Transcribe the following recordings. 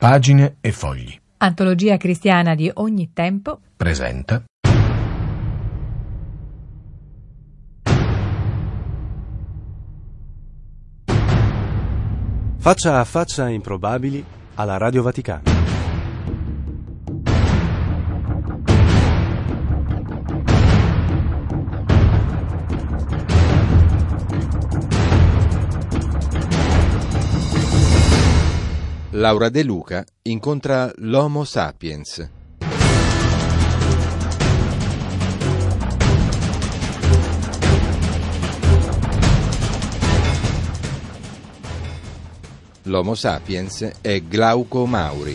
Pagine e fogli. Antologia cristiana di ogni tempo. Presenta. Faccia a faccia improbabili alla Radio Vaticana. Laura De Luca incontra l'Homo sapiens. L'Homo sapiens è Glauco Mauri.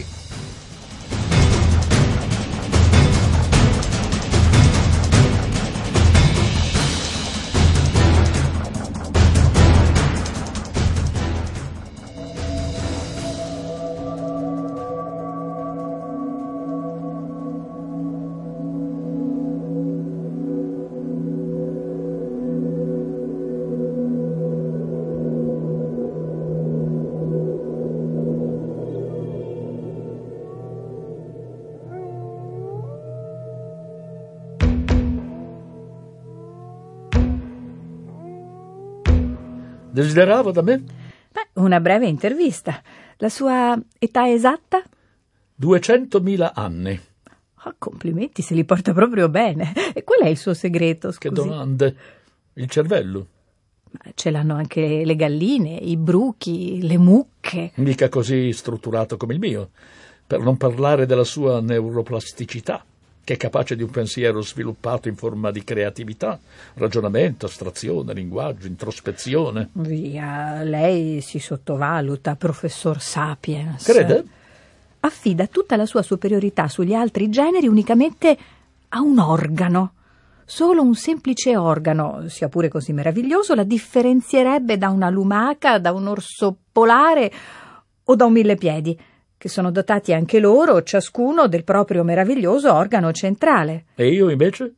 Desiderava da me? Una breve intervista. La sua età esatta? 200.000 anni. Complimenti, se li porta proprio bene. E qual è il suo segreto, scusi? Che domande. Il cervello. Ce l'hanno anche le galline, i bruchi, le mucche. Mica così strutturato come il mio. Per non parlare della sua neuroplasticità, che è capace di un pensiero sviluppato in forma di creatività, ragionamento, astrazione, linguaggio, introspezione. Via, lei si sottovaluta, professor Sapiens. Crede? Affida tutta la sua superiorità sugli altri generi unicamente a un organo. Solo un semplice organo, sia pure così meraviglioso, la differenzierebbe da una lumaca, da un orso polare o da un millepiedi, che sono dotati anche loro, ciascuno, del proprio meraviglioso organo centrale. E io invece?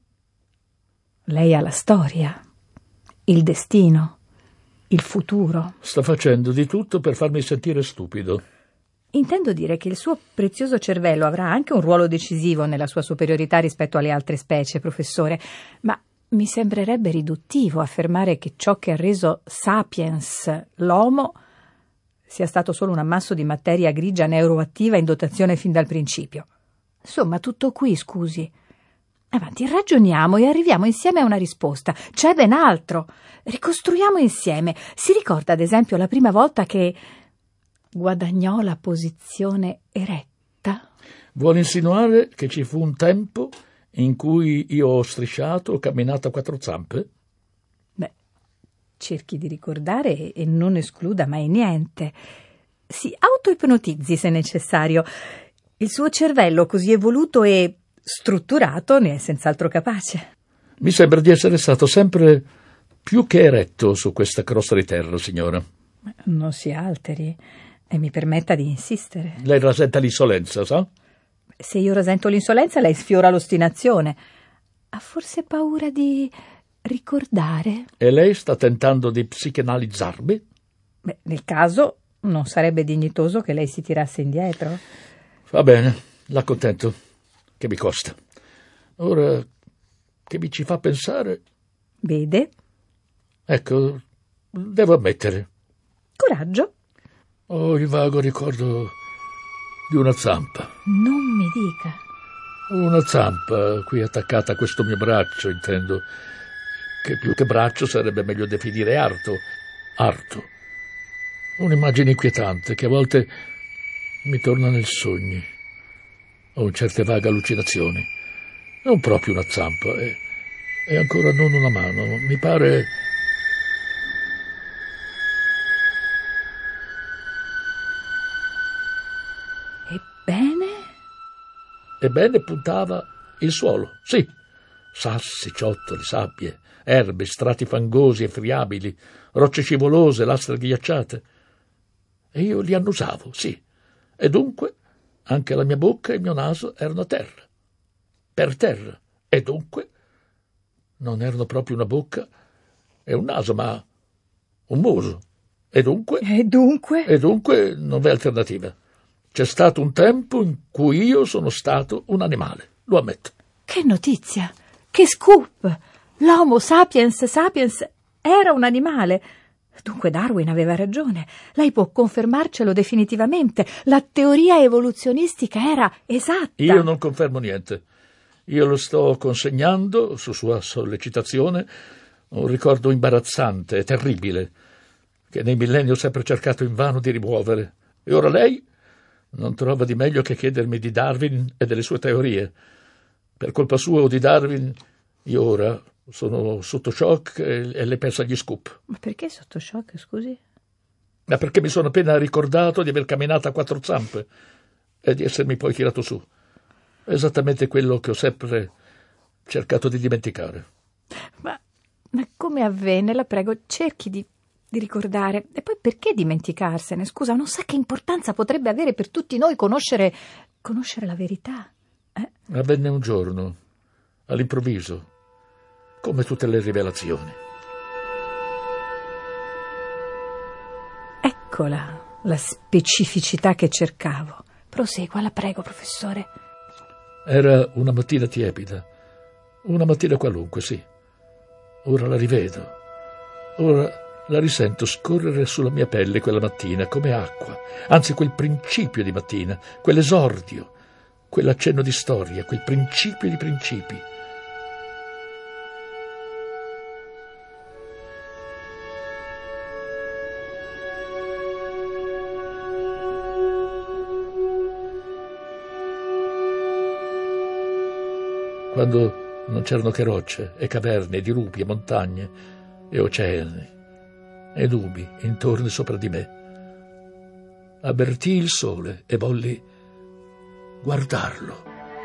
Lei ha la storia, il destino, il futuro. Sta facendo di tutto per farmi sentire stupido. Intendo dire che il suo prezioso cervello avrà anche un ruolo decisivo nella sua superiorità rispetto alle altre specie, professore, ma mi sembrerebbe riduttivo affermare che ciò che ha reso sapiens l'uomo sia stato solo un ammasso di materia grigia neuroattiva in dotazione fin dal principio. Insomma, tutto qui, scusi. Avanti, ragioniamo e arriviamo insieme a una risposta. C'è ben altro. Ricostruiamo insieme. Si ricorda, ad esempio, la prima volta che guadagnò la posizione eretta? Vuole insinuare che ci fu un tempo in cui io ho strisciato, ho camminato a quattro zampe? Cerchi di ricordare e non escluda mai niente. Si autoipnotizzi se necessario. Il suo cervello così evoluto e strutturato ne è senz'altro capace. Mi sembra di essere stato sempre più che eretto su questa crosta di terra, signora. Non si alteri e mi permetta di insistere. Lei rasenta l'insolenza, sa? Se io rasento l'insolenza, lei sfiora l'ostinazione. Ha forse paura di ricordare? E lei sta tentando di psicanalizzarmi? Nel caso non sarebbe dignitoso che lei si tirasse indietro? Va bene, l'accontento. Che mi costa. Ora che mi ci fa pensare... Vede? Ecco, devo ammettere. Coraggio. Ho il vago ricordo di una zampa. Non mi dica. Una zampa qui attaccata a questo mio braccio, intendo, che più che braccio sarebbe meglio definire arto. Un'immagine inquietante che a volte mi torna nei sogni. Ho certe vaghe allucinazioni. Non proprio una zampa, e ancora non una mano. Mi pare... Ebbene puntava il suolo, sì. Sassi, ciottoli, sabbie, erbe, strati fangosi e friabili, rocce scivolose, lastre ghiacciate. E io li annusavo, sì. E dunque anche la mia bocca e il mio naso erano a terra. Per terra. E dunque non erano proprio una bocca e un naso, ma un muso. E dunque? E dunque? E dunque non v'è alternativa. C'è stato un tempo in cui io sono stato un animale, lo ammetto. Che notizia! Che scoop! L'Homo sapiens sapiens era un animale. Dunque Darwin aveva ragione. Lei può confermarcelo definitivamente. La teoria evoluzionistica era esatta. Io non confermo niente. Io lo sto consegnando, su sua sollecitazione, un ricordo imbarazzante e terribile, che nei millenni ho sempre cercato invano di rimuovere. E ora lei non trova di meglio che chiedermi di Darwin e delle sue teorie. Per colpa sua o di Darwin, io ora sono sotto shock e le pensa gli scoop. Ma perché sotto shock, scusi? Ma perché mi sono appena ricordato di aver camminato a 4 zampe e di essermi poi tirato su. Esattamente quello che ho sempre cercato di dimenticare. Ma come avvenne? La prego, cerchi di ricordare. E poi perché dimenticarsene? Scusa, non sa che importanza potrebbe avere per tutti noi conoscere la verità? Avvenne un giorno, all'improvviso, come tutte le rivelazioni. Eccola, la specificità che cercavo. Prosegua, la prego, professore. Era una mattina tiepida, una mattina qualunque, sì. Ora la rivedo, ora la risento scorrere sulla mia pelle quella mattina come acqua, anzi quel principio di mattina, quell'esordio, quell'accenno di storia, quel principio di principi. Quando non c'erano che rocce e caverne e dirupi e montagne e oceani e nubi intorno e sopra di me. Avvertii il sole e volli guardarlo.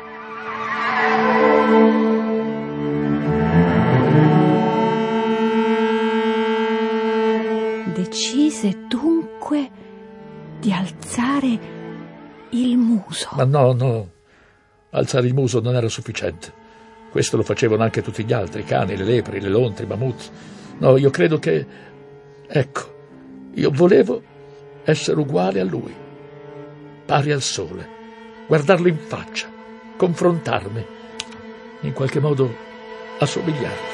Decise dunque di alzare il muso. Ma no, alzare il muso non era sufficiente. Questo lo facevano anche tutti gli altri, i cani, le lepri, le lontre, i mammut. No, io credo che... Ecco, io volevo essere uguale a lui, pari al sole, guardarlo in faccia, confrontarmi, in qualche modo assomigliargli.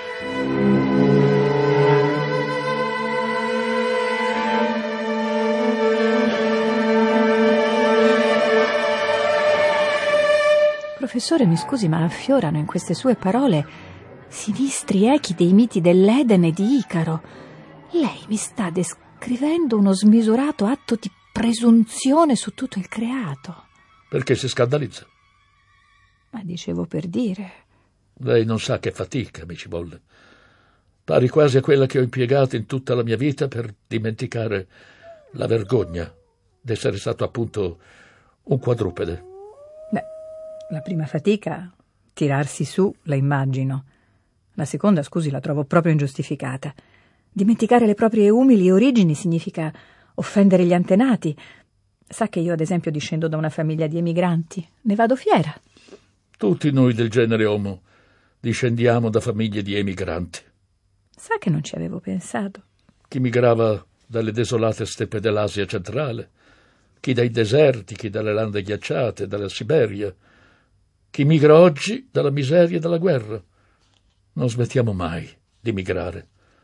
Professore, mi scusi, ma affiorano in queste sue parole sinistri echi dei miti dell'Eden e di Icaro. Lei mi sta descrivendo uno smisurato atto di presunzione su tutto il creato. Perché si scandalizza? Ma dicevo per dire. Lei non sa che fatica mi ci volle. Pari quasi a quella che ho impiegato in tutta la mia vita per dimenticare la vergogna d'essere stato appunto un quadrupede. Beh, la prima fatica, tirarsi su, la immagino. La seconda, scusi, la trovo proprio ingiustificata. Dimenticare le proprie umili origini significa offendere gli antenati. Sa che io, ad esempio, discendo da una famiglia di emigranti. Ne vado fiera. Tutti noi del genere Homo discendiamo da famiglie di emigranti. Sa che non ci avevo pensato. Chi migrava dalle desolate steppe dell'Asia centrale, chi dai deserti, chi dalle lande ghiacciate, dalla Siberia, chi migra oggi dalla miseria e dalla guerra. Non smettiamo mai di migrare.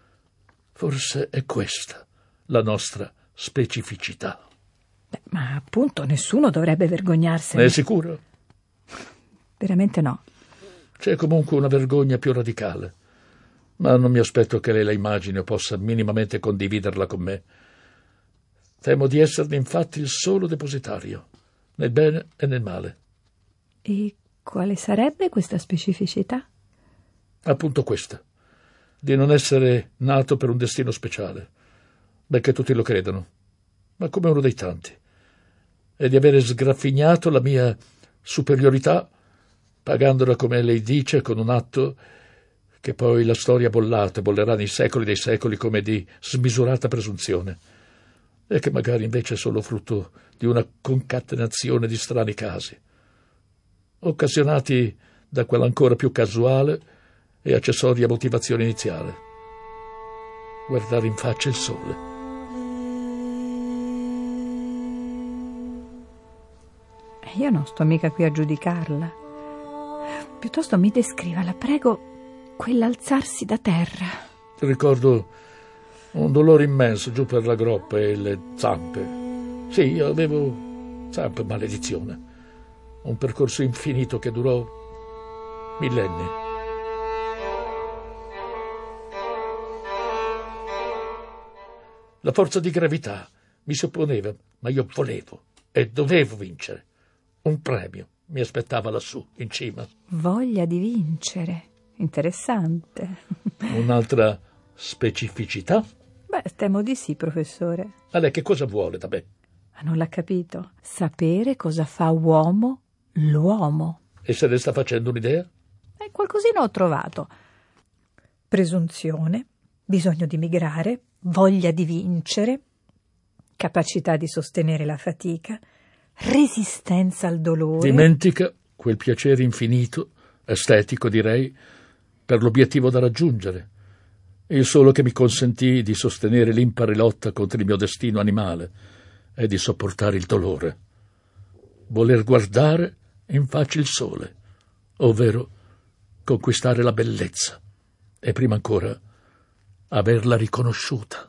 Forse è questa la nostra specificità. Beh, ma appunto nessuno dovrebbe vergognarsene. È sicuro? Veramente no. C'è comunque una vergogna più radicale, ma non mi aspetto che lei la immagini o possa minimamente condividerla con me. Temo di esserne infatti il solo depositario, nel bene e nel male. E quale sarebbe questa specificità? Appunto questa, di non essere nato per un destino speciale, benché tutti lo credano, ma come uno dei tanti, e di avere sgraffignato la mia superiorità, pagandola, come lei dice, con un atto che poi la storia bollata bollerà nei secoli dei secoli come di smisurata presunzione, e che magari invece è solo frutto di una concatenazione di strani casi, occasionati da quella ancora più casuale e accessoria motivazione iniziale: guardare in faccia il sole. Io non sto mica qui a giudicarla. Piuttosto mi descriva, la prego, quell'alzarsi da terra. Ricordo un dolore immenso giù per la groppa e le zampe. Sì, io avevo zampe, maledizione. Un percorso infinito che durò millenni. La forza di gravità mi si opponeva, ma io volevo e dovevo vincere. Un premio mi aspettava lassù, in cima. Voglia di vincere. Interessante. Un'altra specificità? Beh, temo di sì, professore. A lei che cosa vuole da me? Ma non l'ha capito. Sapere cosa fa uomo l'uomo. E se ne sta facendo un'idea? Qualcosina ho trovato. Presunzione, bisogno di migrare, voglia di vincere, capacità di sostenere la fatica, resistenza al dolore. Dimentica quel piacere infinito, estetico direi, per l'obiettivo da raggiungere, il solo che mi consentì di sostenere l'impari lotta contro il mio destino animale e di sopportare il dolore. Voler guardare in faccia il sole, ovvero conquistare la bellezza e prima ancora averla riconosciuta.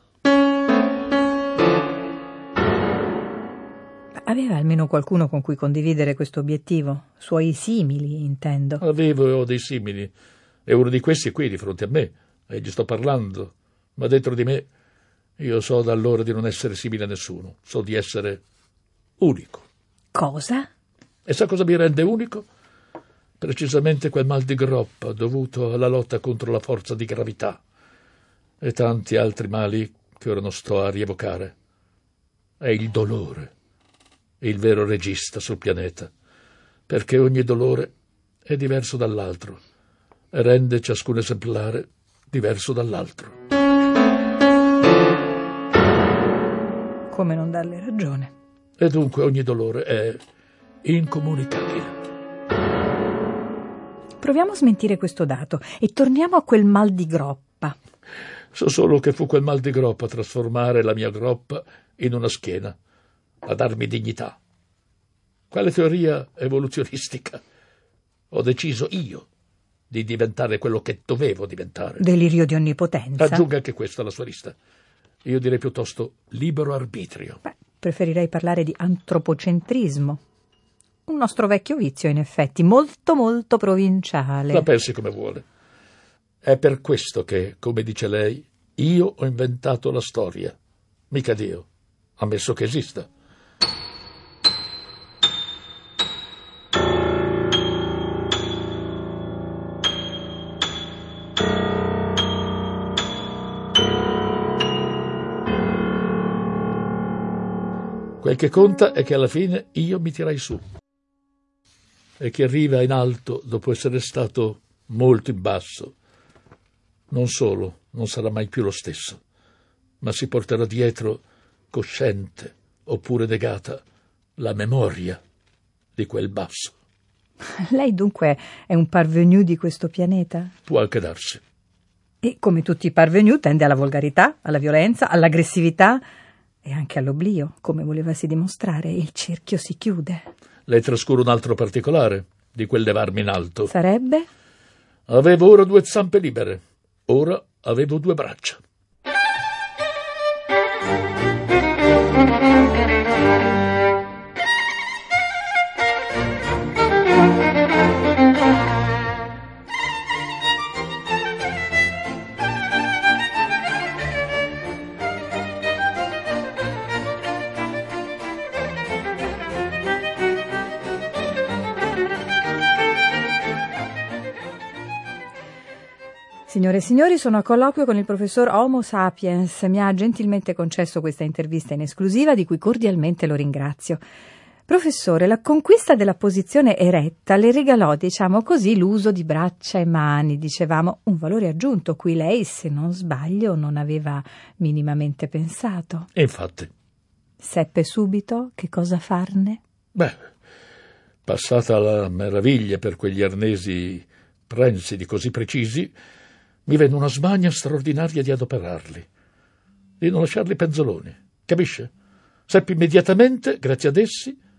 Aveva almeno qualcuno con cui condividere questo obiettivo? Suoi simili, intendo. Avevo e ho dei simili, e uno di questi è qui di fronte a me, e gli sto parlando, ma dentro di me io so da allora di non essere simile a nessuno, so di essere unico. Cosa? E sa cosa mi rende unico? Precisamente quel mal di groppa dovuto alla lotta contro la forza di gravità e tanti altri mali che ora non sto a rievocare. È il dolore, il vero regista sul pianeta, perché ogni dolore è diverso dall'altro e rende ciascun esemplare diverso dall'altro. Come non darle ragione? E dunque ogni dolore è incomunicabile. Proviamo a smentire questo dato e torniamo a quel mal di groppa. So solo che fu quel mal di groppa a trasformare la mia groppa in una schiena, a darmi dignità. Quale teoria evoluzionistica? Ho deciso io di diventare quello che dovevo diventare. Delirio di onnipotenza. Aggiunga anche questo alla sua lista. Io direi piuttosto libero arbitrio. Beh, preferirei parlare di antropocentrismo. Un nostro vecchio vizio, in effetti, molto molto provinciale. La pensi come vuole. È per questo che, come dice lei, io ho inventato la storia. Mica Dio, ammesso che esista. Quel che conta è che alla fine io mi tirai su. E chi arriva in alto dopo essere stato molto in basso, non solo non sarà mai più lo stesso, ma si porterà dietro, cosciente oppure negata, la memoria di quel basso. Lei dunque è un parvenu di questo pianeta? Può anche darsi. E come tutti i parvenu tende alla volgarità, alla violenza, all'aggressività e anche all'oblio, come volevasi dimostrare. Il cerchio si chiude. Le trascuro un altro particolare di quel levarmi in alto. Sarebbe? Avevo ora 2 zampe libere, ora avevo 2 braccia. Signore e signori, sono a colloquio con il professor Homo Sapiens. Mi ha gentilmente concesso questa intervista in esclusiva, di cui cordialmente lo ringrazio. Professore, la conquista della posizione eretta le regalò, diciamo così, l'uso di braccia e mani, dicevamo, un valore aggiunto cui lei, se non sbaglio, non aveva minimamente pensato. E infatti. Seppe subito che cosa farne? Beh, passata la meraviglia per quegli arnesi prensili così precisi, mi venne una smania straordinaria di adoperarli, di non lasciarli penzoloni, capisce? Seppi immediatamente, grazie ad essi,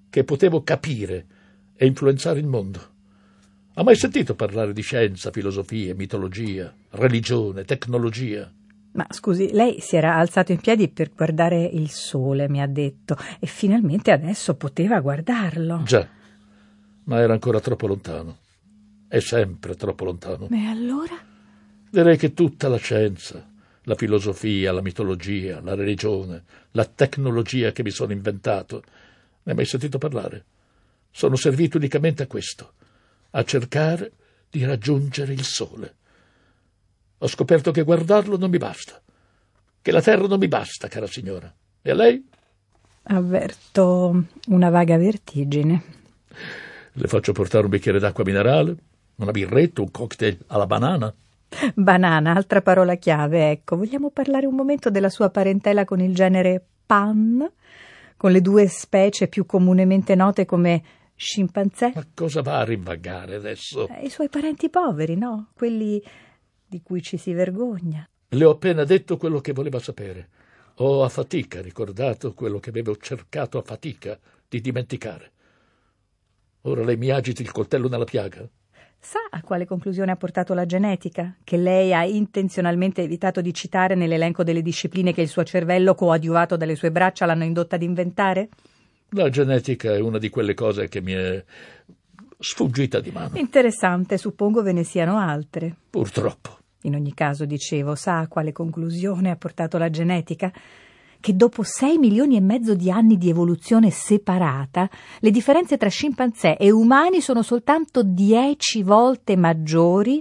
che potevo capire e influenzare il mondo. Ha mai sentito parlare di scienza, filosofia, mitologia, religione, tecnologia? Ma scusi, lei si era alzato in piedi per guardare il sole, mi ha detto, e finalmente adesso poteva guardarlo. Già, ma era ancora troppo lontano. È sempre troppo lontano. E allora? Direi che tutta la scienza, la filosofia, la mitologia, la religione, la tecnologia che mi sono inventato, ne hai mai sentito parlare? Sono servito unicamente a questo, a cercare di raggiungere il sole. Ho scoperto che guardarlo non mi basta, che la terra non mi basta, cara signora. E a lei? Avverto una vaga vertigine. Le faccio portare un bicchiere d'acqua minerale, una birretta, un cocktail alla banana? Banana, altra parola chiave, ecco. Vogliamo parlare un momento della sua parentela con il genere Pan, con le due specie più comunemente note come scimpanzé? Ma cosa va a rinvagare adesso? I suoi parenti poveri, no? Quelli di cui ci si vergogna. Le ho appena detto quello che voleva sapere. Ho a fatica ricordato quello che avevo cercato a fatica di dimenticare. Ora lei mi agiti il coltello nella piaga? Sa a quale conclusione ha portato la genetica, che lei ha intenzionalmente evitato di citare nell'elenco delle discipline che il suo cervello, coadiuvato dalle sue braccia, l'hanno indotta ad inventare? La genetica è una di quelle cose che mi è sfuggita di mano. Interessante, suppongo ve ne siano altre. Purtroppo. In ogni caso, dicevo, sa a quale conclusione ha portato la genetica? Che dopo 6 milioni e mezzo di anni di evoluzione separata, le differenze tra scimpanzé e umani sono soltanto 10 volte maggiori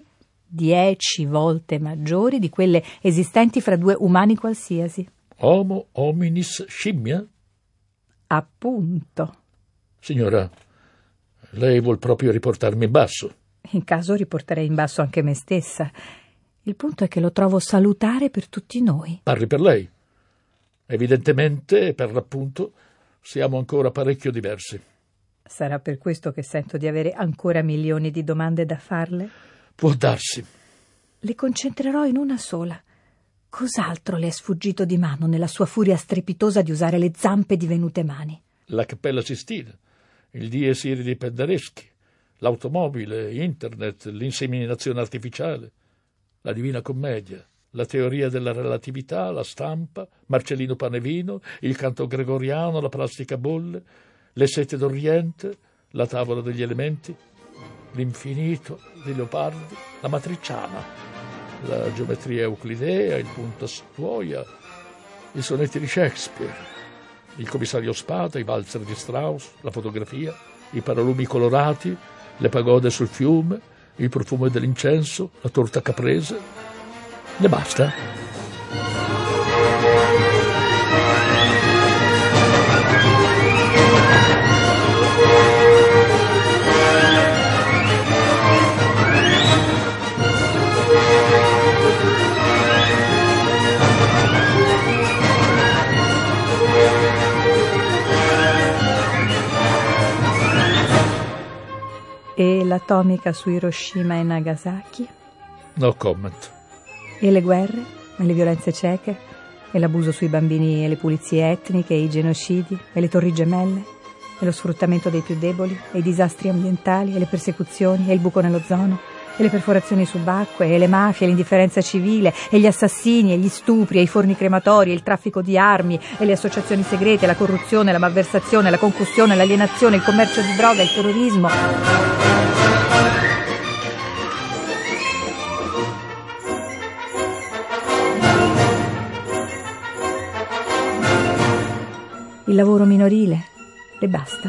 di quelle esistenti fra due umani qualsiasi. Homo hominis scimmia? Appunto. Signora, lei vuol proprio riportarmi in basso? In caso riporterei in basso anche me stessa. Il punto è che lo trovo salutare per tutti noi. Parli per lei. Evidentemente, per l'appunto, siamo ancora parecchio diversi. Sarà per questo che sento di avere ancora milioni di domande da farle? Può darsi. Le concentrerò in una sola. Cos'altro le è sfuggito di mano nella sua furia strepitosa di usare le zampe divenute mani? La Cappella Sistina, il Dies Irae dei Penderecki, l'automobile, internet, l'inseminazione artificiale, la Divina Commedia, la teoria della relatività, la stampa, Marcellino Panevino, il canto gregoriano, la plastica a bolle, le sete d'Oriente, la tavola degli elementi, l'infinito di Leopardi, la matriciana, la geometria euclidea, il punto stuoia, i sonetti di Shakespeare, il commissario Spada, i valzer di Strauss, la fotografia, i paralumi colorati, le pagode sul fiume, il profumo dell'incenso, la torta caprese. Le basta? E l'atomica su Hiroshima e Nagasaki? No comment. E le guerre? E le violenze cieche? E l'abuso sui bambini e le pulizie etniche e i genocidi? E le torri gemelle? E lo sfruttamento dei più deboli? E i disastri ambientali? E le persecuzioni? E il buco nell'ozono? E le perforazioni subacquee? E le mafie? E l'indifferenza civile? E gli assassini? E gli stupri? E i forni crematori? E il traffico di armi? E le associazioni segrete? La corruzione? La malversazione? La concussione? L'alienazione? Il commercio di droga? Il terrorismo? Il lavoro minorile, le basta?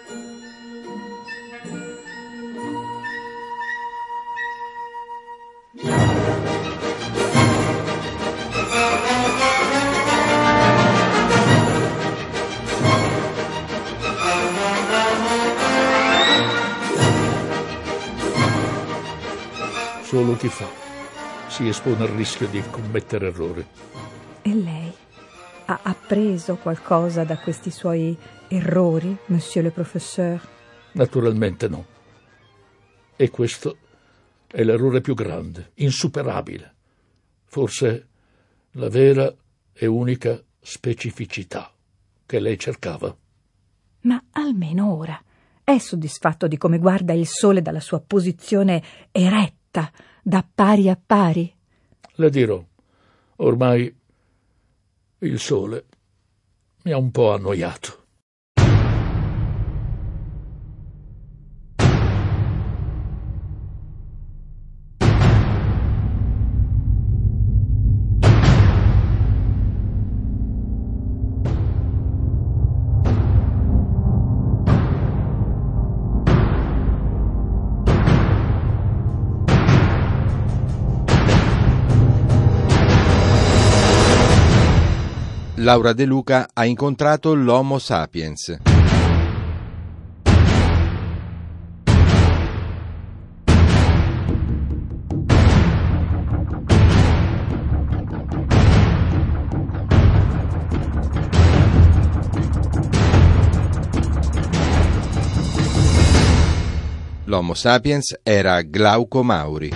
Solo chi fa si espone al rischio di commettere errori. E lei? Ha appreso qualcosa da questi suoi errori, monsieur le professeur? Naturalmente no. E questo è l'errore più grande, insuperabile. Forse la vera e unica specificità che lei cercava. Ma almeno ora è soddisfatto di come guarda il sole dalla sua posizione eretta, da pari a pari? Le dirò, ormai il sole mi ha un po' annoiato. Laura De Luca ha incontrato l'Homo sapiens. L'Homo sapiens era Glauco Mauri.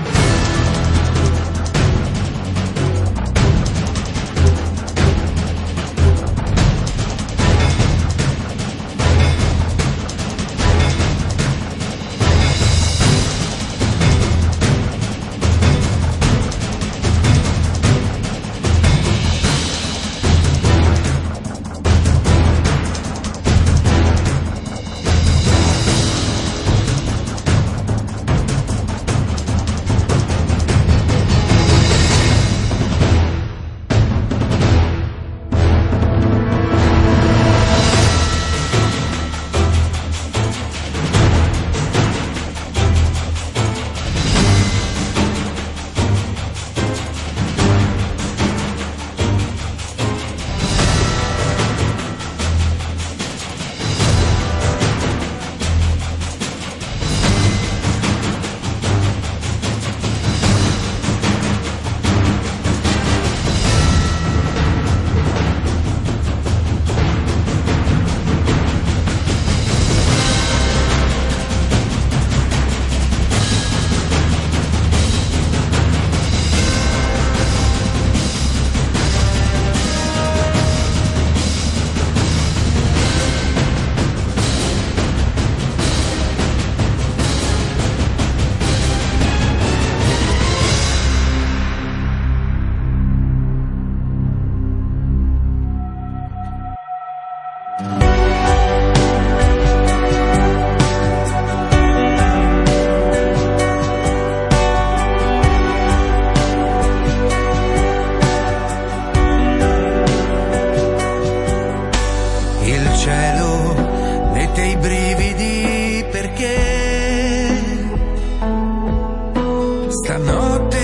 Stanotte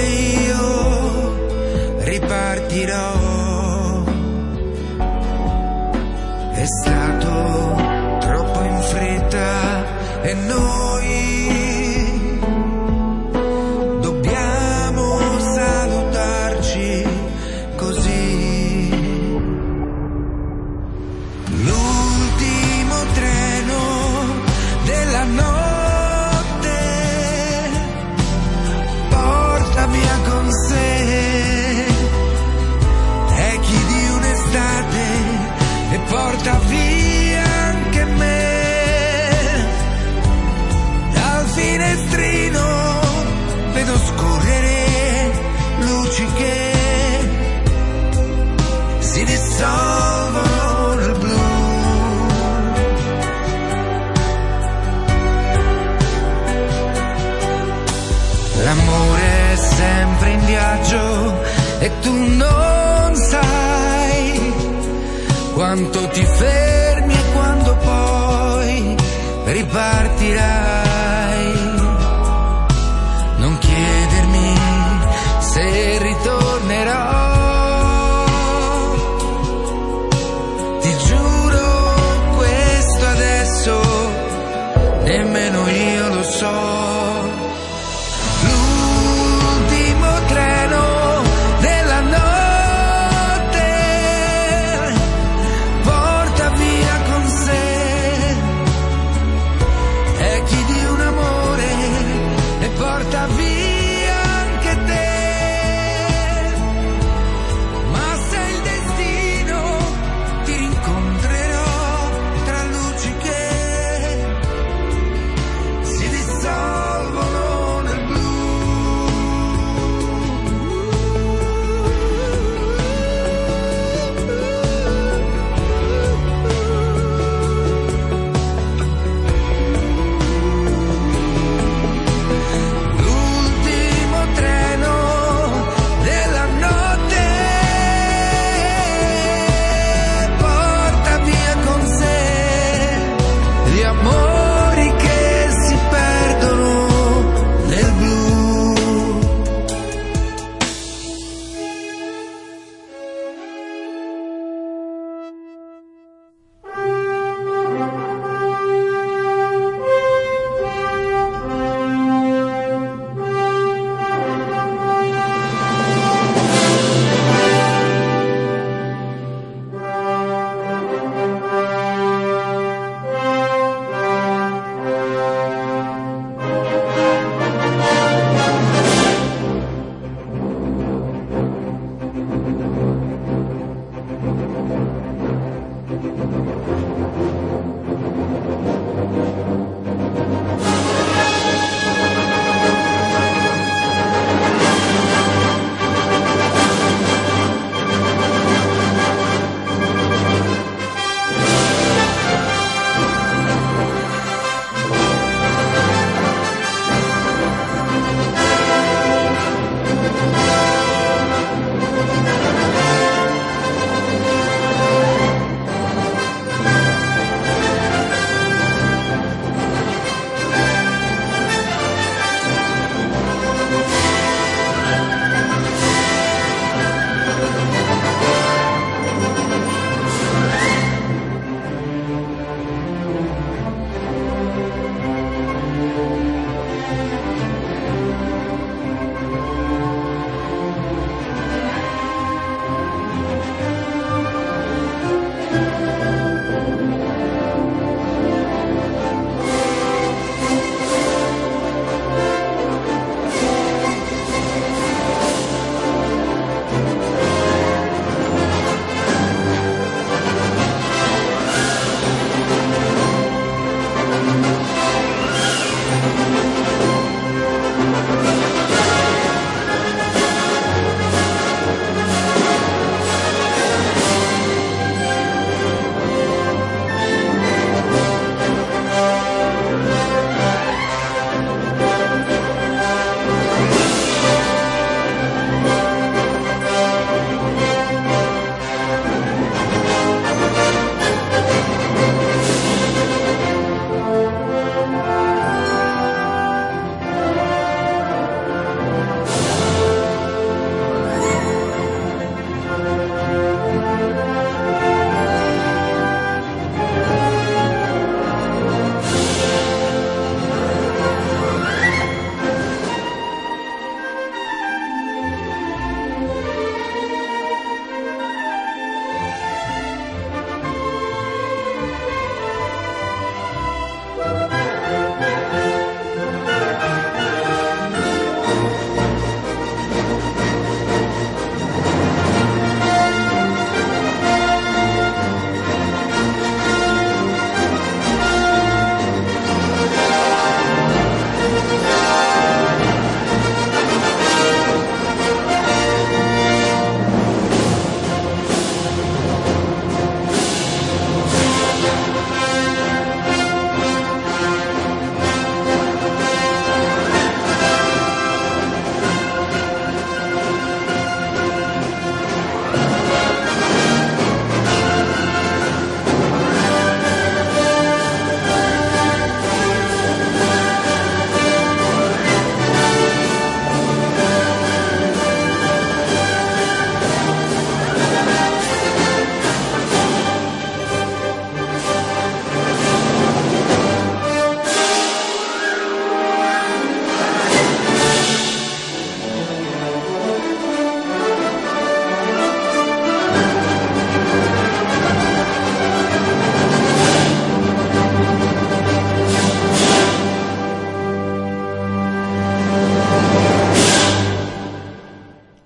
io ripartirò. È stato troppo in fretta e noi dobbiamo salutarci così. L'ultimo treno della notte porta via con sé echi di un'estate e porta via anche me. Dal finestrino vedo scorrere luci che si dissolvono nel blu. L'amore è sempre in viaggio e tu non sai quanto ti fermi e quando poi ripartirai. Non chiedermi se ritornerò, ti giuro questo adesso nemmeno io lo so. L'ultimo treno della notte porta via con sé echi di un amore e porta via anche te. Ma se il destino ti rincontrerò tra luci che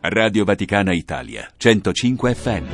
Radio Vaticana Italia, 105 FM.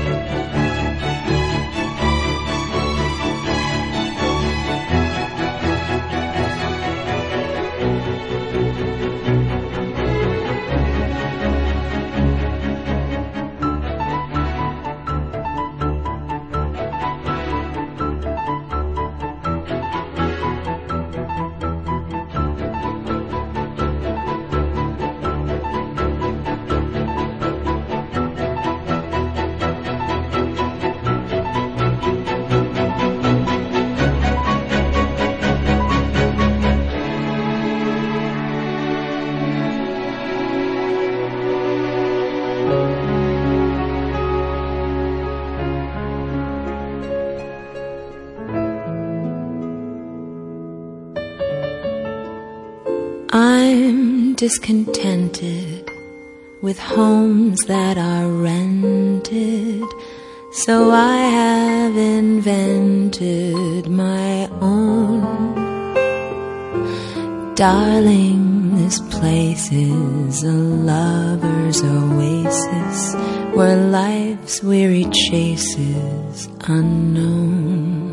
I'm discontented with homes that are rented, so I have invented my own. Darling, this place is a lover's oasis where life's weary chase is unknown.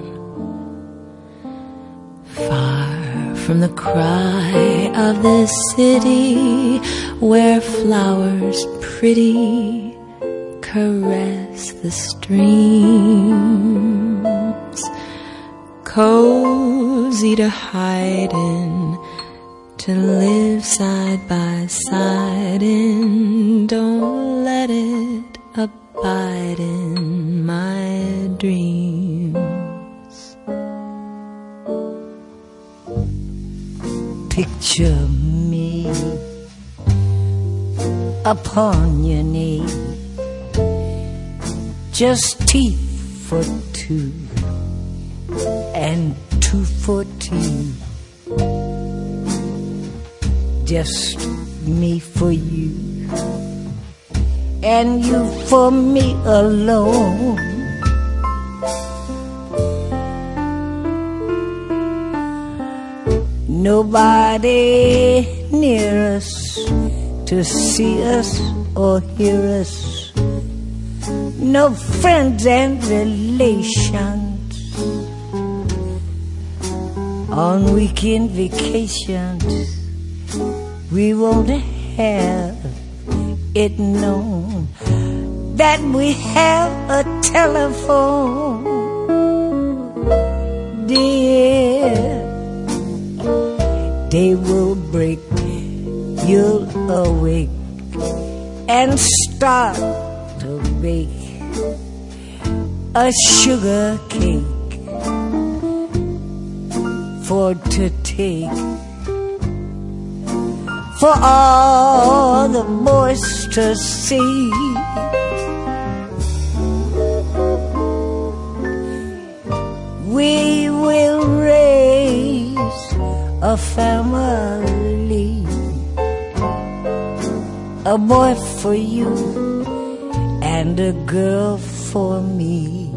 Far from the cry of the city where flowers pretty caress the streams, cozy to hide in, to live side by side in. Don't let it abide in my dreams. Picture me upon your knee, just teeth for two and 2 for 2, just me for you and you for me alone. Nobody near us to see us or hear us. No friends and relations on weekend vacations. We won't have it known that we have a telephone, dear. Day will break, you'll awake and start to bake a sugar cake for to take, for all the boys to see. We will raise a family, a boy for you and a girl for me.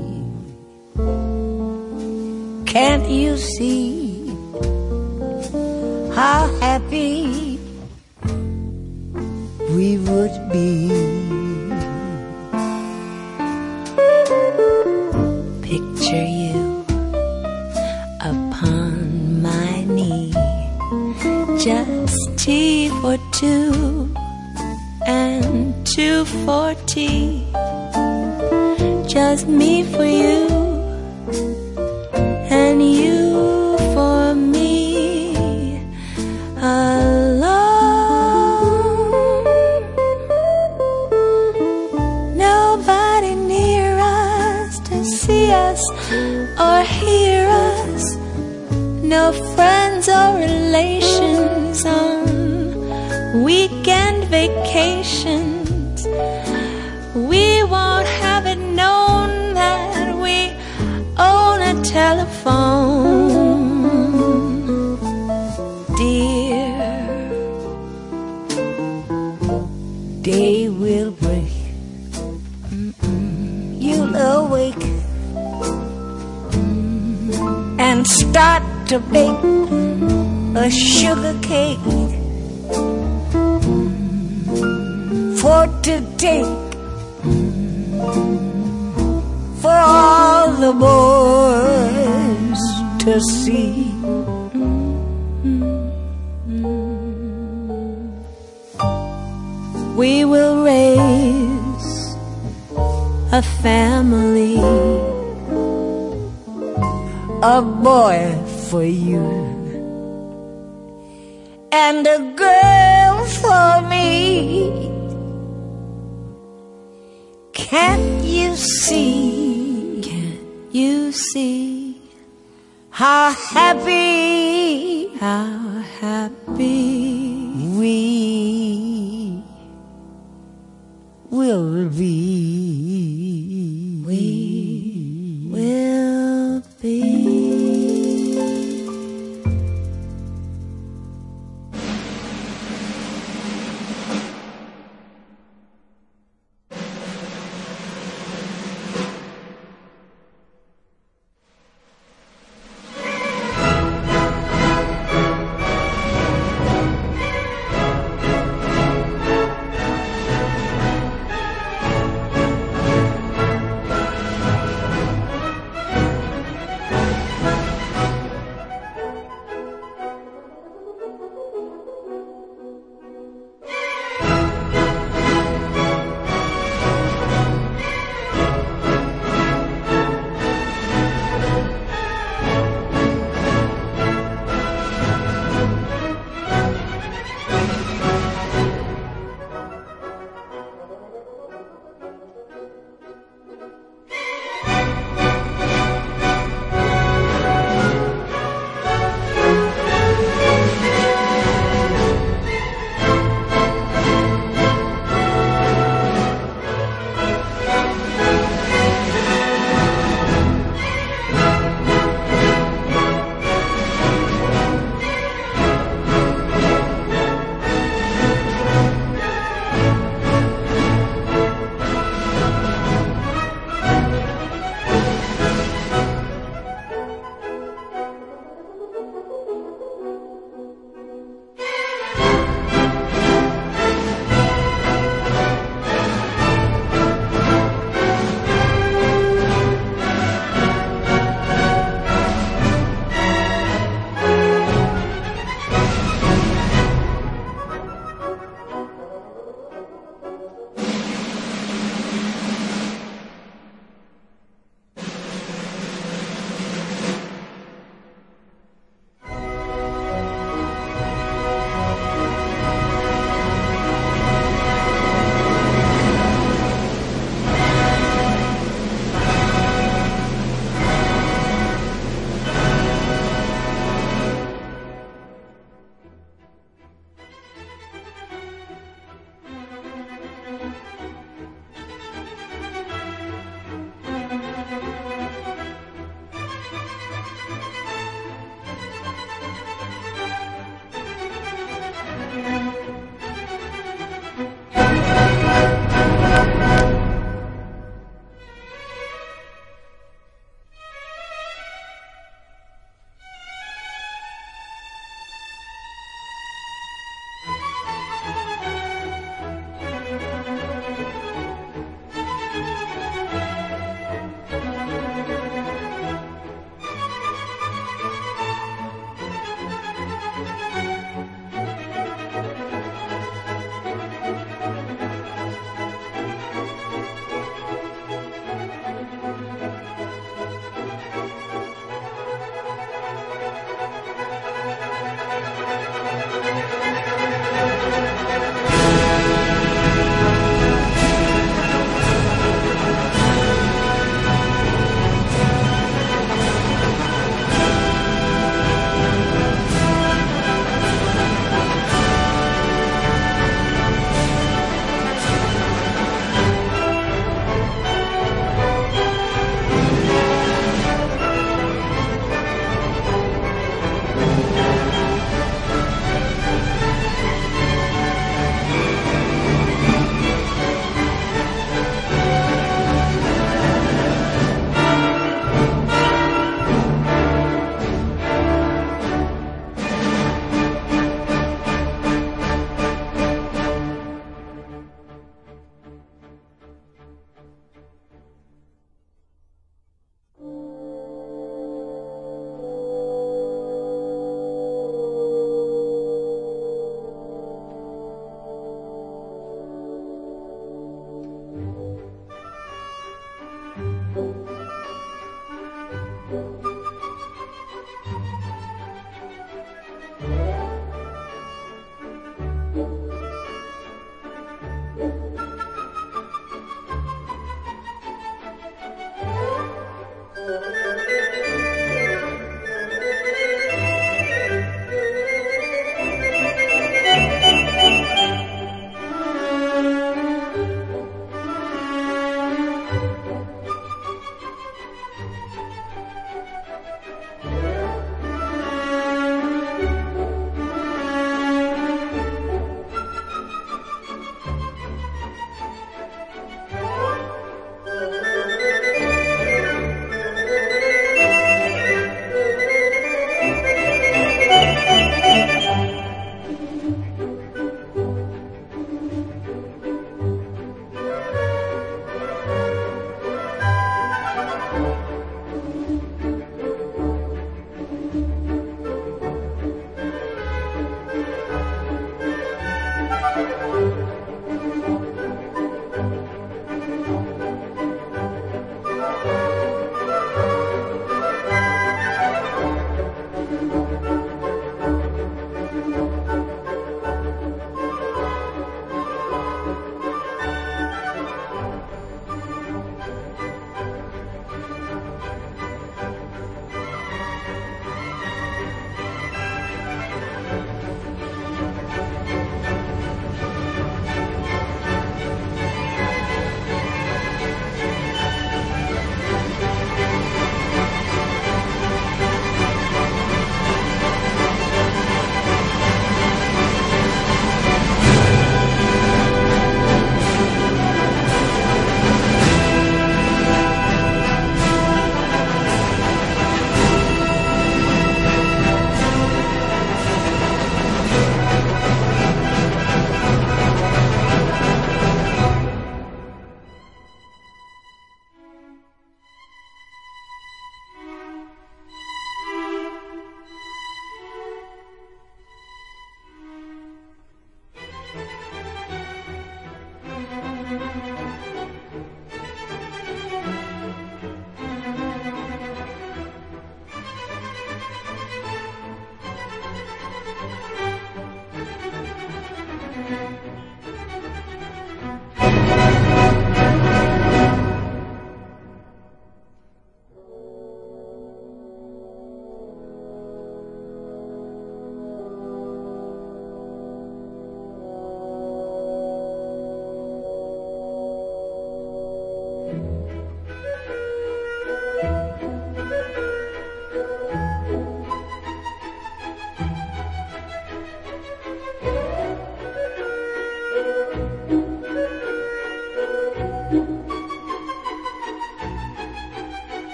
Can't you see how happy we would be? Picture you upon my knee, just tea for 2 and 2 for tea, just me for you and you for me alone. Nobody near us to see us or hear us. No friends or relations on weekend vacations. We won't have it known that we own a telephone, dear. Day will break, you'll awake and start to bake a sugar cake for to take, for all the boys to see. We will raise a family, a boy for you and a girl for me. Can't you see? Can't you see how happy we will be? We will be.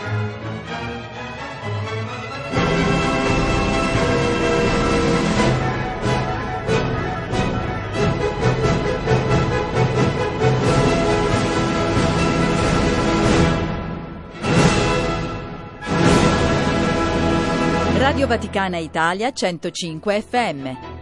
Radio Vaticana Italia 105 FM.